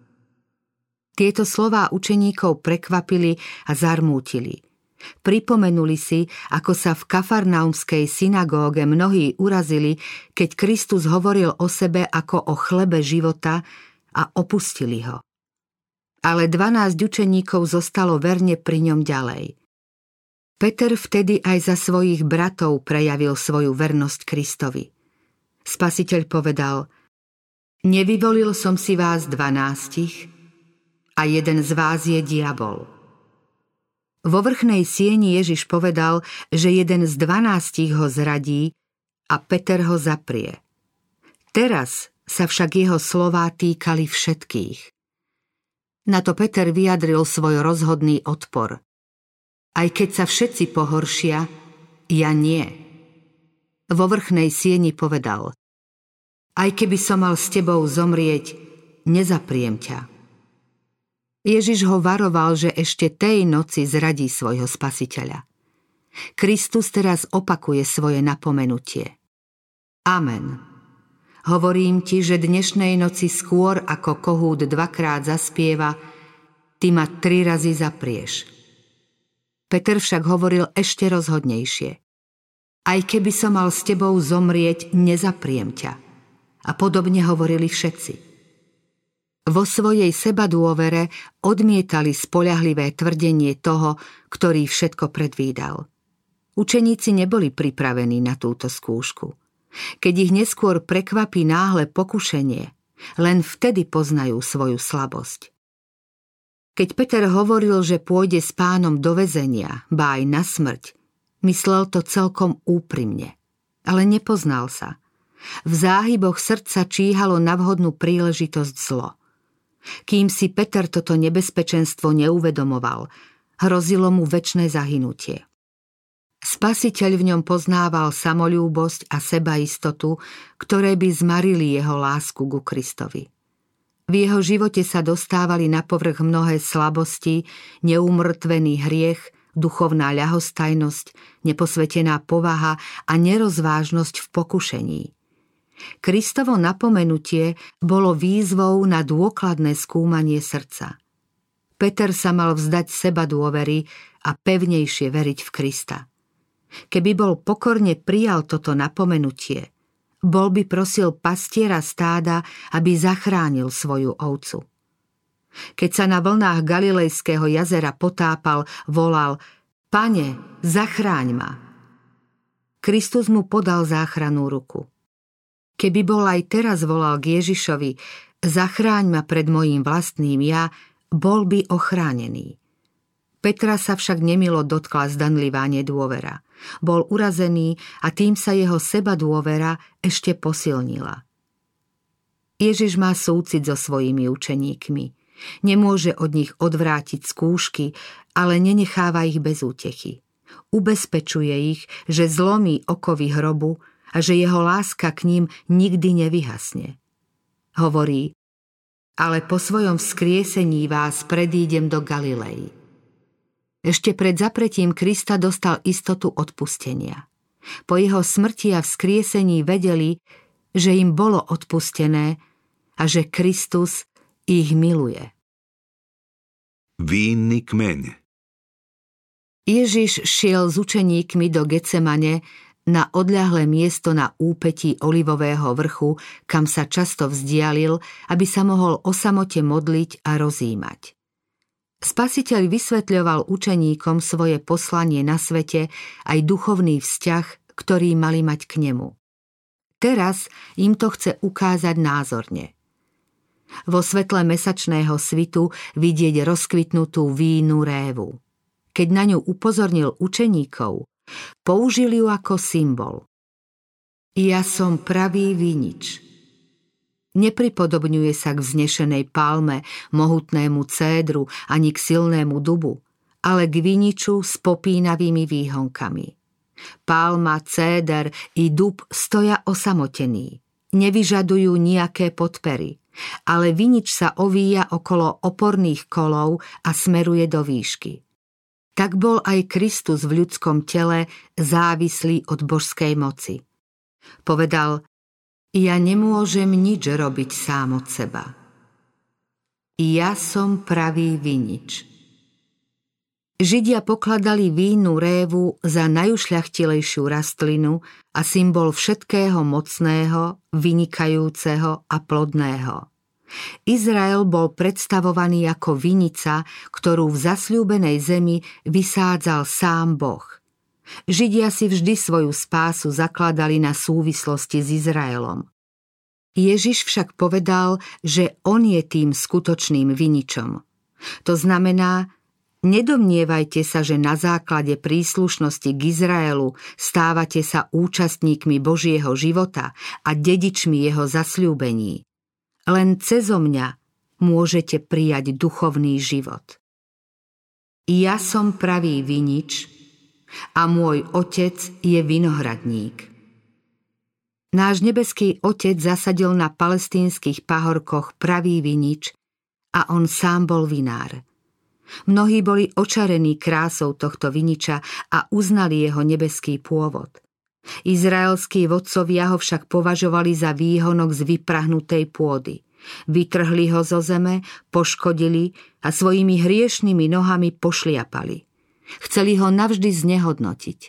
Tieto slová učeníkov prekvapili a zarmútili. Pripomenuli si, ako sa v Kafarnaumskej synagóge mnohí urazili, keď Kristus hovoril o sebe ako o chlebe života a opustili ho. Ale dvanásť učeníkov zostalo verne pri ňom ďalej. Peter vtedy aj za svojich bratov prejavil svoju vernosť Kristovi. Spasiteľ povedal: Nevyvolil som si vás dvanástich a jeden z vás je diabol. Vo vrchnej sieni Ježiš povedal, že jeden z dvanástich ho zradí a Peter ho zaprie. Teraz sa však jeho slová týkali všetkých. Na to Peter vyjadril svoj rozhodný odpor. Aj keď sa všetci pohoršia, ja nie. Vo vrchnej sieni povedal: Aj keby som mal s tebou zomrieť, nezapriem ťa. Ježiš ho varoval, že ešte tej noci zradí svojho Spasiteľa. Kristus teraz opakuje svoje napomenutie. Amen. Hovorím ti, že dnešnej noci skôr ako kohút dvakrát zaspieva, ty ma tri razy zaprieš. Peter však hovoril ešte rozhodnejšie. Aj keby som mal s tebou zomrieť, nezapriem ťa. A podobne hovorili všetci. Vo svojej sebadôvere odmietali spoľahlivé tvrdenie toho, ktorý všetko predvídal. Učeníci neboli pripravení na túto skúšku. Keď ich neskôr prekvapí náhle pokušenie, len vtedy poznajú svoju slabosť. Keď Peter hovoril, že pôjde s Pánom do väzenia, ba aj na smrť, myslel to celkom úprimne, ale nepoznal sa. V záhyboch srdca číhalo na vhodnú príležitosť zlo. Kým si Peter toto nebezpečenstvo neuvedomoval, hrozilo mu večné zahynutie. Spasiteľ v ňom poznával samoľúbosť a sebaistotu, ktoré by zmarili jeho lásku ku Kristovi. V jeho živote sa dostávali na povrch mnohé slabosti, neumrtvený hriech, duchovná ľahostajnosť, neposvetená povaha a nerozvážnosť v pokušení. Kristovo napomenutie bolo výzvou na dôkladné skúmanie srdca. Peter sa mal vzdať seba dôvery a pevnejšie veriť v Krista. Keby bol pokorne prijal toto napomenutie, bol by prosil pastiera stáda, aby zachránil svoju ovcu. Keď sa na vlnách Galilejského jazera potápal, volal: Pane, zachráň ma! Kristus mu podal záchrannú ruku. Keby bol aj teraz volal k Ježišovi: Zachráň ma pred mojím vlastným ja, bol by ochránený. Petra sa však nemilo dotkla zdanlivá nedôvera. Bol urazený a tým sa jeho sebadôvera ešte posilnila. Ježiš má súcit so svojimi učeníkmi. Nemôže od nich odvrátiť skúšky, ale nenecháva ich bez útechy. Ubezpečuje ich, že zlomí okovy hrobu a že jeho láska k ním nikdy nevyhasne. Hovorí: Ale po svojom vzkriesení vás predídem do Galilei. Ešte pred zapretím Krista dostal istotu odpustenia. Po jeho smrti a vzkriesení vedeli, že im bolo odpustené a že Kristus ich miluje. Vínny kmeň. Ježiš šiel s učeníkmi do Getsemane, na odľahlé miesto na úpetí olivového vrchu, kam sa často vzdialil, aby sa mohol o samote modliť a rozímať. Spasiteľ vysvetľoval učeníkom svoje poslanie na svete aj duchovný vzťah, ktorý mali mať k nemu. Teraz im to chce ukázať názorne. Vo svetle mesačného svitu vidieť rozkvitnutú vínu révu. Keď na ňu upozornil učeníkov, použil ju ako symbol. Ja som pravý vinič. Nepripodobňuje sa k vznešenej palme, mohutnému cédru ani k silnému dubu, ale k viniču s popínavými výhonkami. Palma, céder i dub stoja osamotení. Nevyžadujú nejaké podpery, ale vinič sa ovíja okolo oporných kolov a smeruje do výšky. Tak bol aj Kristus v ľudskom tele závislý od božskej moci. Povedal: Ja nemôžem nič robiť sám od seba. Ja som pravý vinič. Židia pokladali vínu révu za najušľachtilejšiu rastlinu a symbol všetkého mocného, vynikajúceho a plodného. Izrael bol predstavovaný ako vinica, ktorú v zasľúbenej zemi vysádzal sám Boh. Židia si vždy svoju spásu zakladali na súvislosti s Izraelom. Ježiš však povedal, že on je tým skutočným viničom. To znamená, nedomnievajte sa, že na základe príslušnosti k Izraelu stávate sa účastníkmi Božieho života a dedičmi jeho zasľúbení. Len cezo mňa môžete prijať duchovný život. Ja som pravý vinič a môj otec je vinohradník. Náš nebeský otec zasadil na palestínskych pahorkoch pravý vinič a on sám bol vinár. Mnohí boli očarení krásou tohto viniča a uznali jeho nebeský pôvod. Izraelskí vodcovia ho však považovali za výhonok z vyprahnutej pôdy. Vytrhli ho zo zeme, poškodili a svojimi hriešnými nohami pošliapali. Chceli ho navždy znehodnotiť.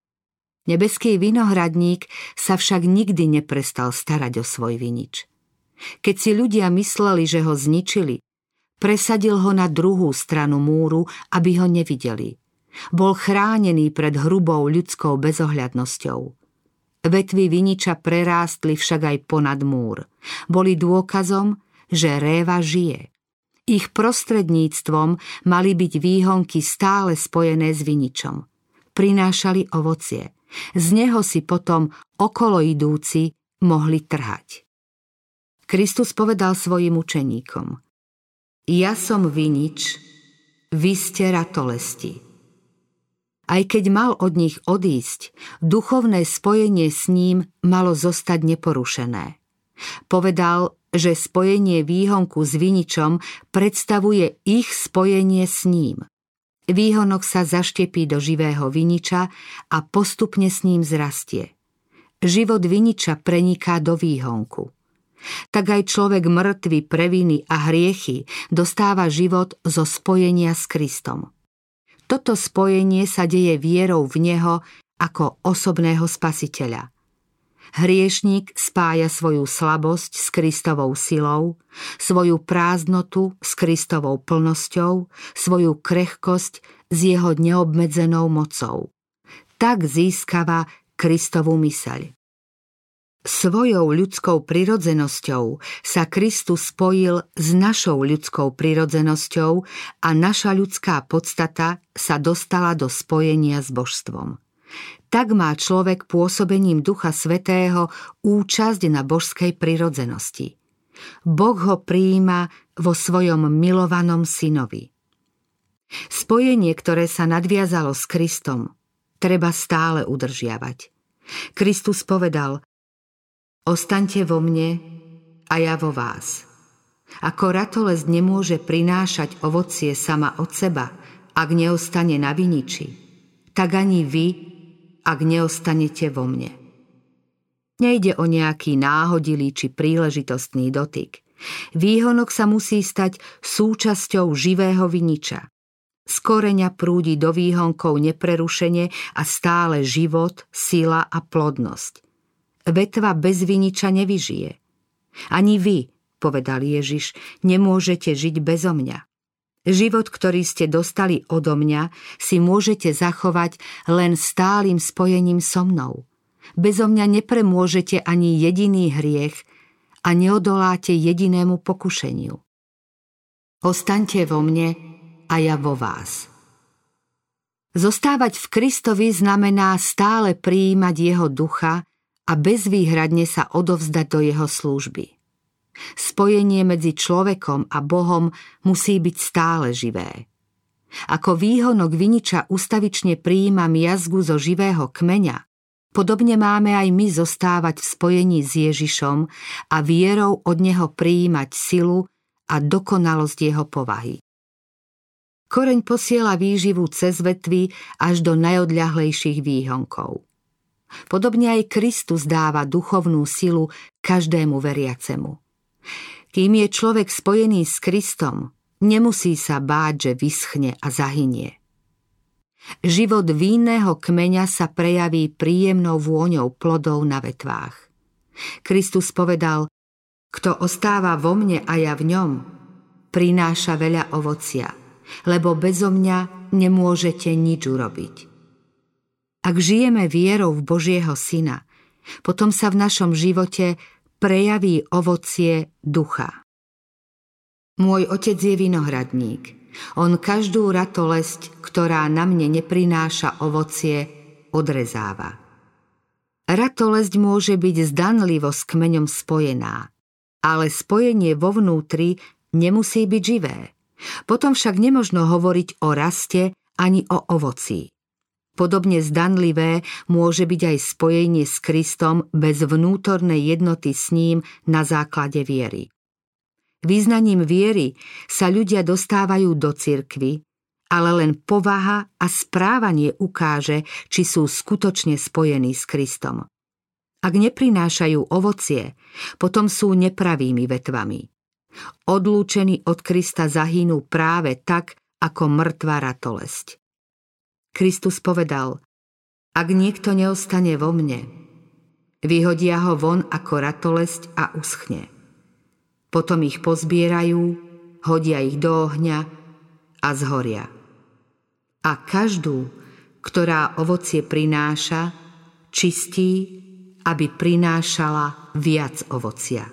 Nebeský vinohradník sa však nikdy neprestal starať o svoj vinič. Keď si ľudia mysleli, že ho zničili, presadil ho na druhú stranu múru, aby ho nevideli. Bol chránený pred hrubou ľudskou bezohľadnosťou. Vetvy viniča prerástli však aj ponad múr. Boli dôkazom, že réva žije. Ich prostredníctvom mali byť výhonky stále spojené s viničom. Prinášali ovocie. Z neho si potom okoloidúci mohli trhať. Kristus povedal svojim učeníkom: Ja som vinič, vy ste ratolesti. Aj keď mal od nich odísť, duchovné spojenie s ním malo zostať neporušené. Povedal, že spojenie výhonku s viničom predstavuje ich spojenie s ním. Výhonok sa zaštepí do živého viniča a postupne s ním zrastie. Život viniča preniká do výhonku. Tak aj človek mŕtvy pre viny a hriechy dostáva život zo spojenia s Kristom. Toto spojenie sa deje vierou v neho ako osobného spasiteľa. Hriešnik spája svoju slabosť s Kristovou silou, svoju prázdnotu s Kristovou plnosťou, svoju krehkosť s jeho neobmedzenou mocou. Tak získava Kristovu myseľ. Svojou ľudskou prirodzenosťou sa Kristus spojil s našou ľudskou prirodzenosťou a naša ľudská podstata sa dostala do spojenia s božstvom. Tak má človek pôsobením Ducha Svätého účasť na božskej prirodzenosti. Boh ho prijíma vo svojom milovanom synovi. Spojenie, ktoré sa nadviazalo s Kristom, treba stále udržiavať. Kristus povedal: Ostaňte vo mne a ja vo vás. Ako ratolesť nemôže prinášať ovocie sama od seba, ak neostane na viniči, tak ani vy, ak neostanete vo mne. Nejde o nejaký náhodilý či príležitostný dotyk. Výhonok sa musí stať súčasťou živého viniča. Z koreňa prúdi do výhonkov neprerušene a stále život, sila a plodnosť. Vetva bez viniča nevyžije. Ani vy, povedal Ježiš, nemôžete žiť bezo mňa. Život, ktorý ste dostali odo mňa, si môžete zachovať len stálym spojením so mnou. Bezo mňa nepremôžete ani jediný hriech a neodoláte jedinému pokušeniu. Ostaňte vo mne a ja vo vás. Zostávať v Kristovi znamená stále prijímať jeho ducha a bezvýhradne sa odovzdať do jeho služby. Spojenie medzi človekom a Bohom musí byť stále živé. Ako výhonok viniča ustavične prijíma miazgu zo živého kmeňa, podobne máme aj my zostávať v spojení s Ježišom a vierou od neho prijímať silu a dokonalosť jeho povahy. Koreň posiela výživu cez vetvy až do najodľahlejších výhonkov. Podobne aj Kristus dáva duchovnú silu každému veriacemu. Kým je človek spojený s Kristom, nemusí sa báť, že vyschne a zahynie. Život vínneho kmeňa sa prejaví príjemnou vôňou plodov na vetvách. Kristus povedal: kto ostáva vo mne a ja v ňom, prináša veľa ovocia, lebo bezo mňa nemôžete nič urobiť. Ak žijeme vierou v Božieho Syna, potom sa v našom živote prejaví ovocie ducha. Môj otec je vinohradník. On každú ratolesť, ktorá na mne neprináša ovocie, odrezáva. Ratolesť môže byť zdanlivo s kmeňom spojená, ale spojenie vo vnútri nemusí byť živé. Potom však nemožno hovoriť o raste ani o ovocí. Podobne zdanlivé môže byť aj spojenie s Kristom bez vnútornej jednoty s ním na základe viery. Význaním viery sa ľudia dostávajú do cirkvi, ale len povaha a správanie ukáže, či sú skutočne spojení s Kristom. Ak neprinášajú ovocie, potom sú nepravými vetvami. Odlúčení od Krista zahynú práve tak, ako mŕtva ratolesť. Kristus povedal: ak niekto neostane vo mne, vyhodia ho von ako ratolesť a uschne. Potom ich pozbierajú, hodia ich do ohňa a zhoria. A každú, ktorá ovocie prináša, čistí, aby prinášala viac ovocia.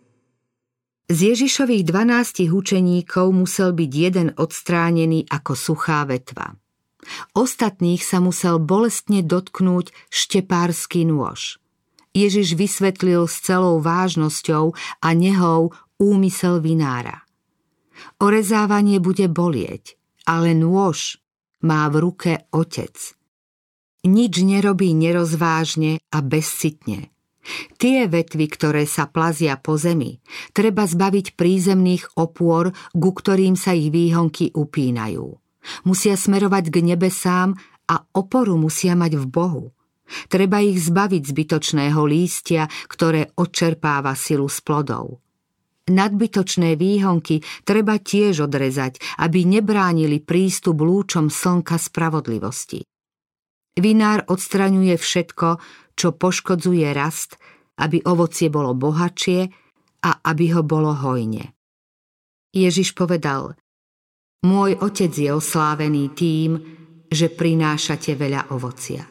Z Ježišových dvanástich učeníkov musel byť jeden odstránený ako suchá vetva. Ostatných sa musel bolestne dotknúť štepársky nôž. Ježiš vysvetlil s celou vážnosťou a nehou úmysel vinára. Orezávanie bude bolieť, ale nôž má v ruke Otec. Nič nerobí nerozvážne a bezcitne. Tie vetvy, ktoré sa plazia po zemi, treba zbaviť prízemných opôr, ku ktorým sa ich výhonky upínajú. Musia smerovať k nebesám a oporu musia mať v Bohu. Treba ich zbaviť zbytočného lístia, ktoré odčerpáva silu z plodov. Nadbytočné výhonky treba tiež odrezať, aby nebránili prístup lúčom slnka spravodlivosti. Vinár odstraňuje všetko, čo poškodzuje rast, aby ovocie bolo bohatšie a aby ho bolo hojne. Ježiš povedal: môj Otec je oslávený tým, že prinášate veľa ovocia.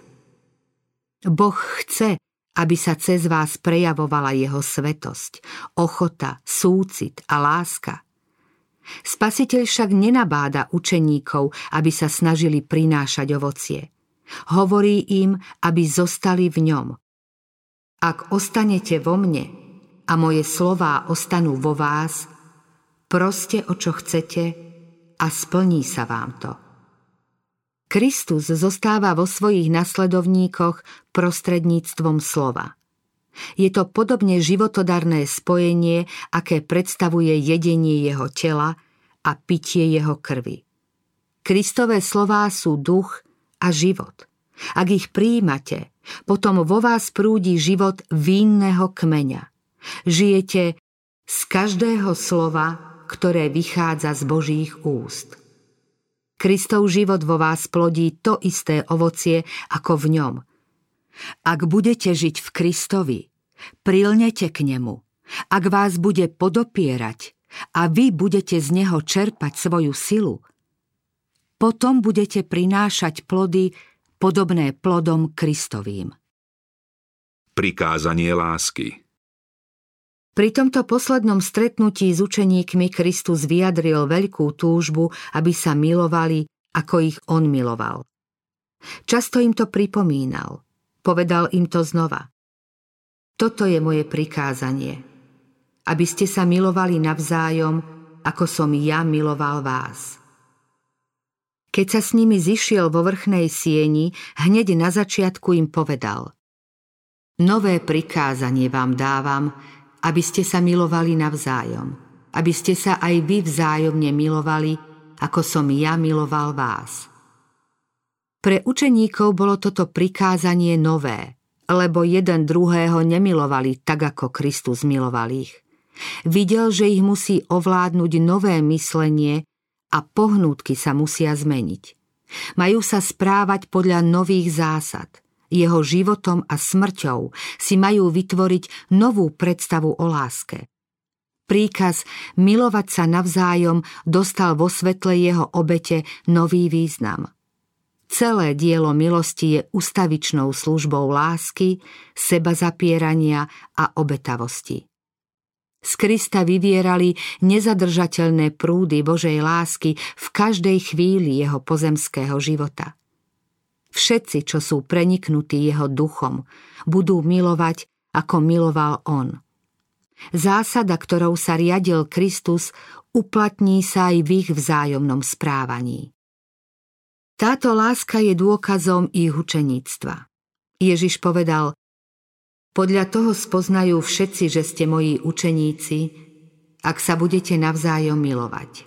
Boh chce, aby sa cez vás prejavovala jeho svetosť, ochota, súcit a láska. Spasiteľ však nenabáda učeníkov, aby sa snažili prinášať ovocie. Hovorí im, aby zostali v ňom. Ak ostanete vo mne a moje slová ostanú vo vás, proste o čo chcete a splní sa vám to. Kristus zostáva vo svojich nasledovníkoch prostredníctvom slova. Je to podobne životodarné spojenie, aké predstavuje jedenie jeho tela a pitie jeho krvi. Kristové slová sú duch a život. Ak ich prijímate, potom vo vás prúdi život vínneho kmeňa. Žijete z každého slova, ktoré vychádza z Božích úst. Kristov život vo vás plodí to isté ovocie ako v ňom. Ak budete žiť v Kristovi, prilnete k nemu. Ak vás bude podopierať a vy budete z neho čerpať svoju silu, potom budete prinášať plody podobné plodom Kristovým. Prikázanie lásky. Pri tomto poslednom stretnutí s učeníkmi Kristus vyjadril veľkú túžbu, aby sa milovali, ako ich on miloval. Často im to pripomínal. Povedal im to znova. Toto je moje prikázanie, aby ste sa milovali navzájom, ako som ja miloval vás. Keď sa s nimi zišiel vo vrchnej sieni, hneď na začiatku im povedal: Nové prikázanie vám dávam, aby ste sa milovali navzájom, aby ste sa aj vy vzájomne milovali, ako som ja miloval vás. Pre učeníkov bolo toto prikázanie nové, lebo jeden druhého nemilovali tak, ako Kristus miloval ich. Videl, že ich musí ovládnuť nové myslenie a pohnútky sa musia zmeniť. Majú sa správať podľa nových zásad. Jeho životom a smrťou si majú vytvoriť novú predstavu o láske. Príkaz milovať sa navzájom dostal vo svetle jeho obete nový význam. Celé dielo milosti je ustavičnou službou lásky, sebazapierania a obetavosti. Z Krista vyvierali nezadržateľné prúdy Božej lásky v každej chvíli jeho pozemského života. Všetci, čo sú preniknutí jeho duchom, budú milovať, ako miloval on. Zásada, ktorou sa riadil Kristus, uplatní sa aj v ich vzájomnom správaní. Táto láska je dôkazom ich učeníctva. Ježiš povedal: Podľa toho spoznajú všetci, že ste moji učeníci, ak sa budete navzájom milovať.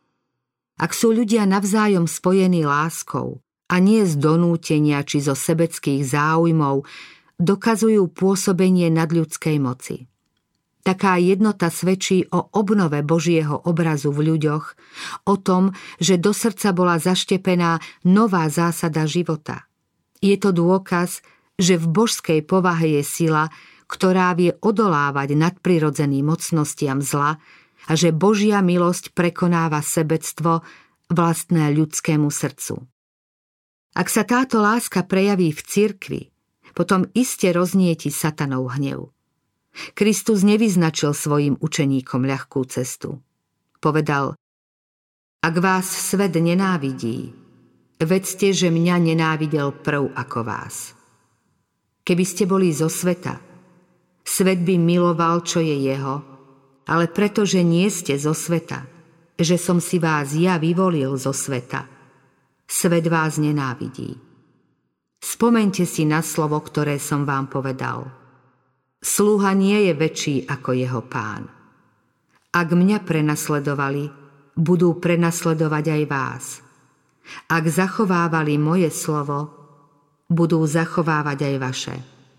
Ak sú ľudia navzájom spojení láskou, a nie z donútenia či zo sebeckých záujmov, dokazujú pôsobenie nadľudskej moci. Taká jednota svedčí o obnove Božieho obrazu v ľuďoch, o tom, že do srdca bola zaštepená nová zásada života. Je to dôkaz, že v božskej povahe je sila, ktorá vie odolávať nadprirodzeným mocnostiam zla a že Božia milosť prekonáva sebectvo vlastné ľudskému srdcu. Ak sa táto láska prejaví v cirkvi, potom iste roznieti satanov hnev. Kristus nevyznačil svojim učeníkom ľahkú cestu. Povedal: Ak vás svet nenávidí, vedzte, že mňa nenávidel prv ako vás. Keby ste boli zo sveta, svet by miloval, čo je jeho, ale pretože nie ste zo sveta, že som si vás ja vyvolil zo sveta, svet vás nenávidí. Spomeňte si na slovo, ktoré som vám povedal. Sluha nie je väčší ako jeho pán. Ak mňa prenasledovali, budú prenasledovať aj vás. Ak zachovávali moje slovo, budú zachovávať aj vaše.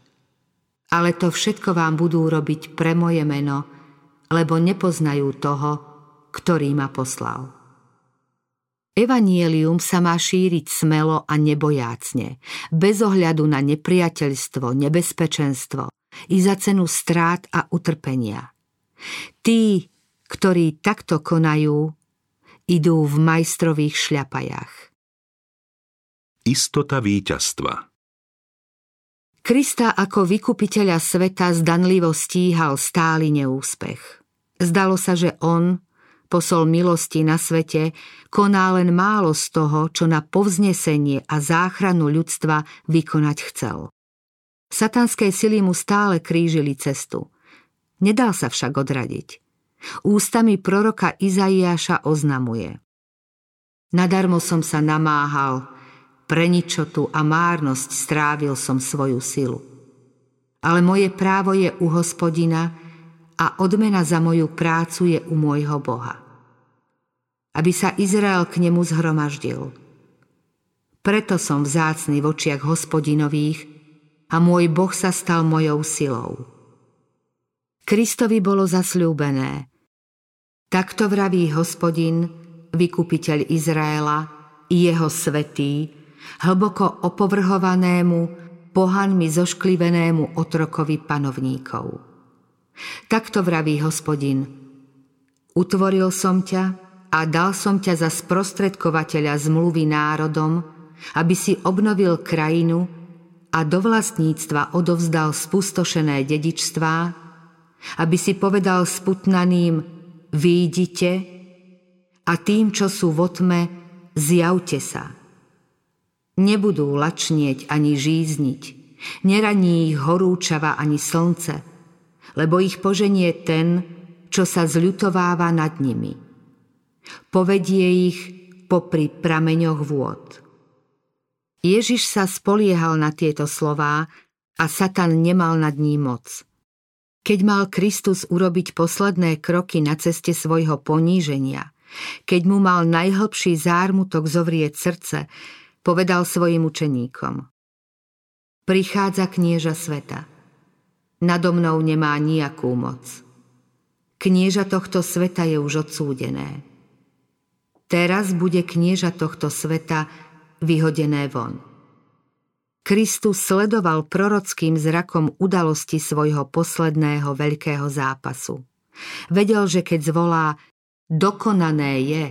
Ale to všetko vám budú robiť pre moje meno, lebo nepoznajú toho, ktorý ma poslal. Evanjelium sa má šíriť smelo a nebojácne, bez ohľadu na nepriateľstvo, nebezpečenstvo i za cenu strát a utrpenia. Tí, ktorí takto konajú, idú v majstrových šľapajách. Istota víťazstva. Krista ako vykupiteľa sveta zdanlivo stíhal stály neúspech. Zdalo sa, že on, posol milosti na svete, koná len málo z toho, čo na povznesenie a záchranu ľudstva vykonať chcel. Satanské sily mu stále krížili cestu. Nedal sa však odradiť. Ústami proroka Izaiáša oznamuje: Nadarmo som sa namáhal, pre ničotu a márnosť strávil som svoju silu. Ale moje právo je u Hospodina a odmena za moju prácu je u môjho Boha. Aby sa Izrael k nemu zhromaždil. Preto som vzácny v očiach Hospodinových a môj Boh sa stal mojou silou. Kristovi bolo zasľúbené: Takto vraví Hospodin, vykupiteľ Izraela, jeho svätý, hlboko opovrhovanému, pohanmi zošklivenému otrokovi panovníkov. Takto vraví Hospodin: Utvoril som ťa a dal som ťa za sprostredkovateľa zmluvy národom, aby si obnovil krajinu a do vlastníctva odovzdal spustošené dedičstvá, aby si povedal sputnaným: výjdite, a tým, čo sú vo tme, zjavte sa. Nebudú lačnieť ani žízniť, neraní ich horúčava ani slnce, lebo ich poženie ten, čo sa zľutováva nad nimi. Povedie ich popri prameňoch vôd. Ježiš sa spoliehal na tieto slová a Satan nemal nad ním moc. Keď mal Kristus urobiť posledné kroky na ceste svojho poníženia, keď mu mal najhlbší zármutok zovrieť srdce, povedal svojim učeníkom: Prichádza knieža sveta. Nado mnou nemá nijakú moc. Knieža tohto sveta je už odsúdené. Teraz bude knieža tohto sveta vyhodené von. Kristus sledoval prorockým zrakom udalosti svojho posledného veľkého zápasu. Vedel, že keď zvolá dokonané je,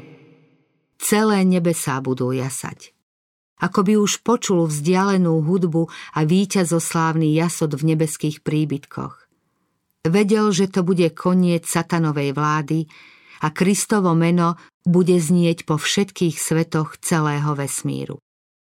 celé nebesá budú jasať. Ako by už počul vzdialenú hudbu a víťazoslávny jasot v nebeských príbytkoch. Vedel, že to bude koniec satanovej vlády a Kristovo meno bude znieť po všetkých svetoch celého vesmíru.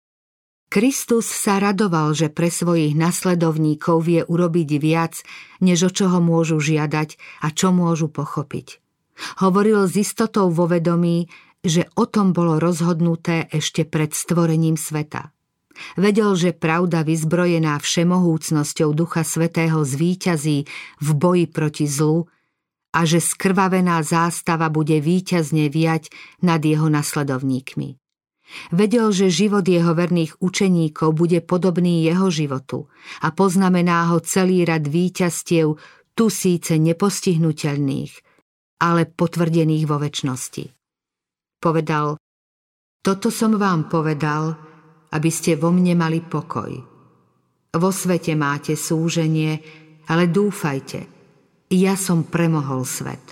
Kristus sa radoval, že pre svojich nasledovníkov vie urobiť viac, než o čoho môžu žiadať a čo môžu pochopiť. Hovoril s istotou vo vedomí, že o tom bolo rozhodnuté ešte pred stvorením sveta. Vedel, že pravda vyzbrojená všemohúcnosťou Ducha Svätého zvíťazí v boji proti zlu a že skrvavená zástava bude víťazne viať nad jeho nasledovníkmi. Vedel, že život jeho verných učeníkov bude podobný jeho životu a poznamená ho celý rad víťazstiev, tu síce nepostihnuteľných, ale potvrdených vo večnosti. Povedal: Toto som vám povedal, aby ste vo mne mali pokoj. Vo svete máte súženie, ale dúfajte, ja som premohol svet.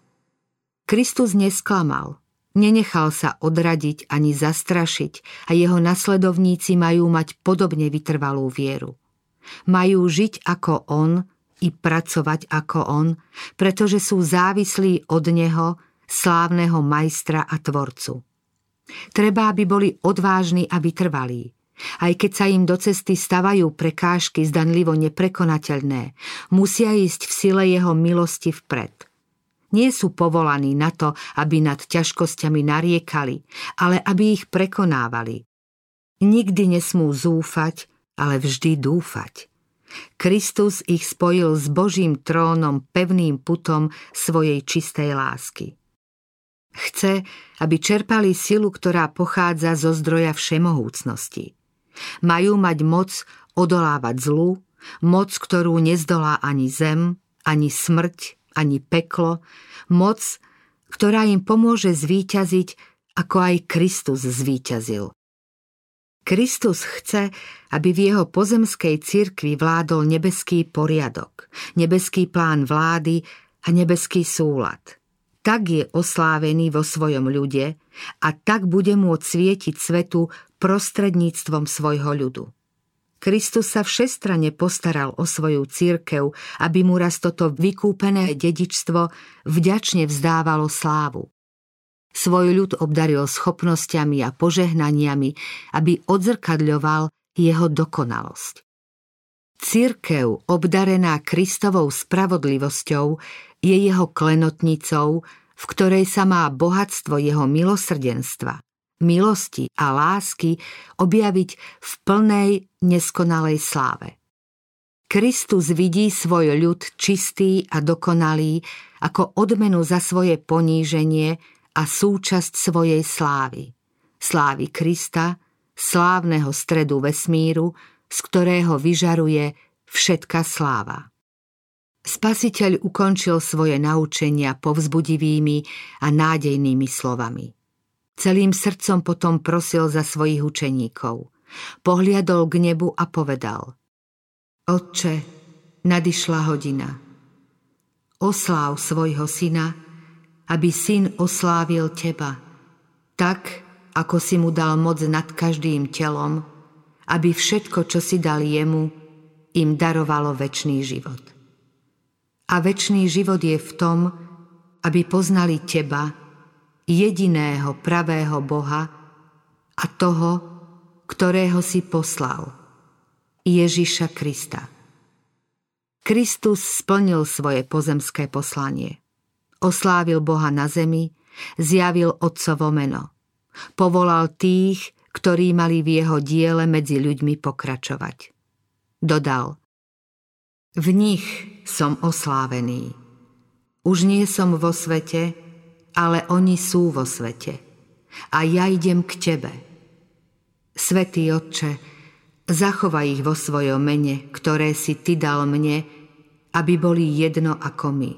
Kristus nesklamal, nenechal sa odradiť ani zastrašiť a jeho nasledovníci majú mať podobne vytrvalú vieru. Majú žiť ako on i pracovať ako on, pretože sú závislí od neho, slávneho majstra a tvorcu. Treba, aby boli odvážni a vytrvalí. Aj keď sa im do cesty stavajú prekážky zdanlivo neprekonateľné, musia ísť v sile jeho milosti vpred. Nie sú povolaní na to, aby nad ťažkosťami nariekali, ale aby ich prekonávali. Nikdy nesmú zúfať, ale vždy dúfať. Kristus ich spojil s Božím trónom pevným putom svojej čistej lásky. Chce, aby čerpali silu, ktorá pochádza zo zdroja všemohúcnosti. Majú mať moc odolávať zlu, moc, ktorú nezdolá ani zem, ani smrť, ani peklo, moc, ktorá im pomôže zvíťaziť, ako aj Kristus zvíťazil. Kristus chce, aby v jeho pozemskej cirkvi vládol nebeský poriadok, nebeský plán vlády a nebeský súlad. Tak je oslávený vo svojom ľude a tak bude môcť svietiť svetu prostredníctvom svojho ľudu. Kristus sa všestranne postaral o svoju cirkev, aby mu raz toto vykúpené dedičstvo vďačne vzdávalo slávu. Svoj ľud obdaril schopnosťami a požehnaniami, aby odzrkadľoval jeho dokonalosť. Cirkev, obdarená Kristovou spravodlivosťou, je jeho klenotnicou, v ktorej sa má bohatstvo jeho milosrdenstva, milosti a lásky objaviť v plnej, neskonalej sláve. Kristus vidí svoj ľud čistý a dokonalý ako odmenu za svoje poníženie a súčasť svojej slávy. Slávy Krista, slávneho stredu vesmíru, z ktorého vyžaruje všetka sláva. Spasiteľ ukončil svoje naučenia povzbudivými a nádejnými slovami. Celým srdcom potom prosil za svojich učeníkov. Pohliadol k nebu a povedal: Otče, nadišla hodina. Osláv svojho syna, aby syn oslávil teba, tak, ako si mu dal moc nad každým telom, aby všetko, čo si dal jemu, im darovalo večný život. A večný život je v tom, aby poznali teba, jediného pravého Boha a toho, ktorého si poslal, Ježiša Krista. Kristus splnil svoje pozemské poslanie. Oslávil Boha na zemi, zjavil Otcovo meno. Povolal tých, ktorí mali v jeho diele medzi ľuďmi pokračovať. Dodal: V nich som oslávený. Už nie som vo svete, ale oni sú vo svete. A ja idem k tebe. Svätý Otče, zachovaj ich vo svojom mene, ktoré si ty dal mne, aby boli jedno ako my.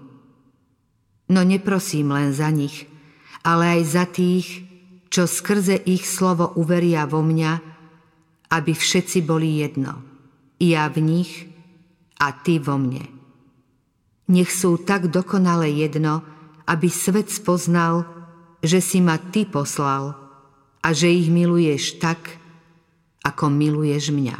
No neprosím len za nich, ale aj za tých, čo skrze ich slovo uveria vo mňa, aby všetci boli jedno. Ja v nich a ty vo mne. Nech sú tak dokonale jedno, aby svet spoznal, že si ma ty poslal a že ich miluješ tak, ako miluješ mňa.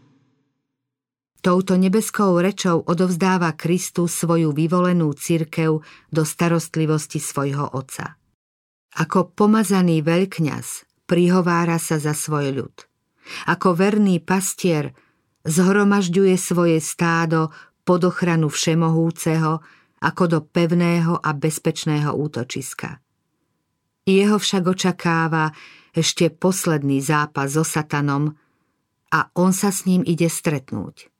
Touto nebeskou rečou odovzdáva Kristus svoju vyvolenú cirkev do starostlivosti svojho Otca. Ako pomazaný veľkňaz prihovára sa za svoj ľud. Ako verný pastier zhromažďuje svoje stádo pod ochranu Všemohúceho ako do pevného a bezpečného útočiska. Jeho však očakáva ešte posledný zápas so satanom a on sa s ním ide stretnúť.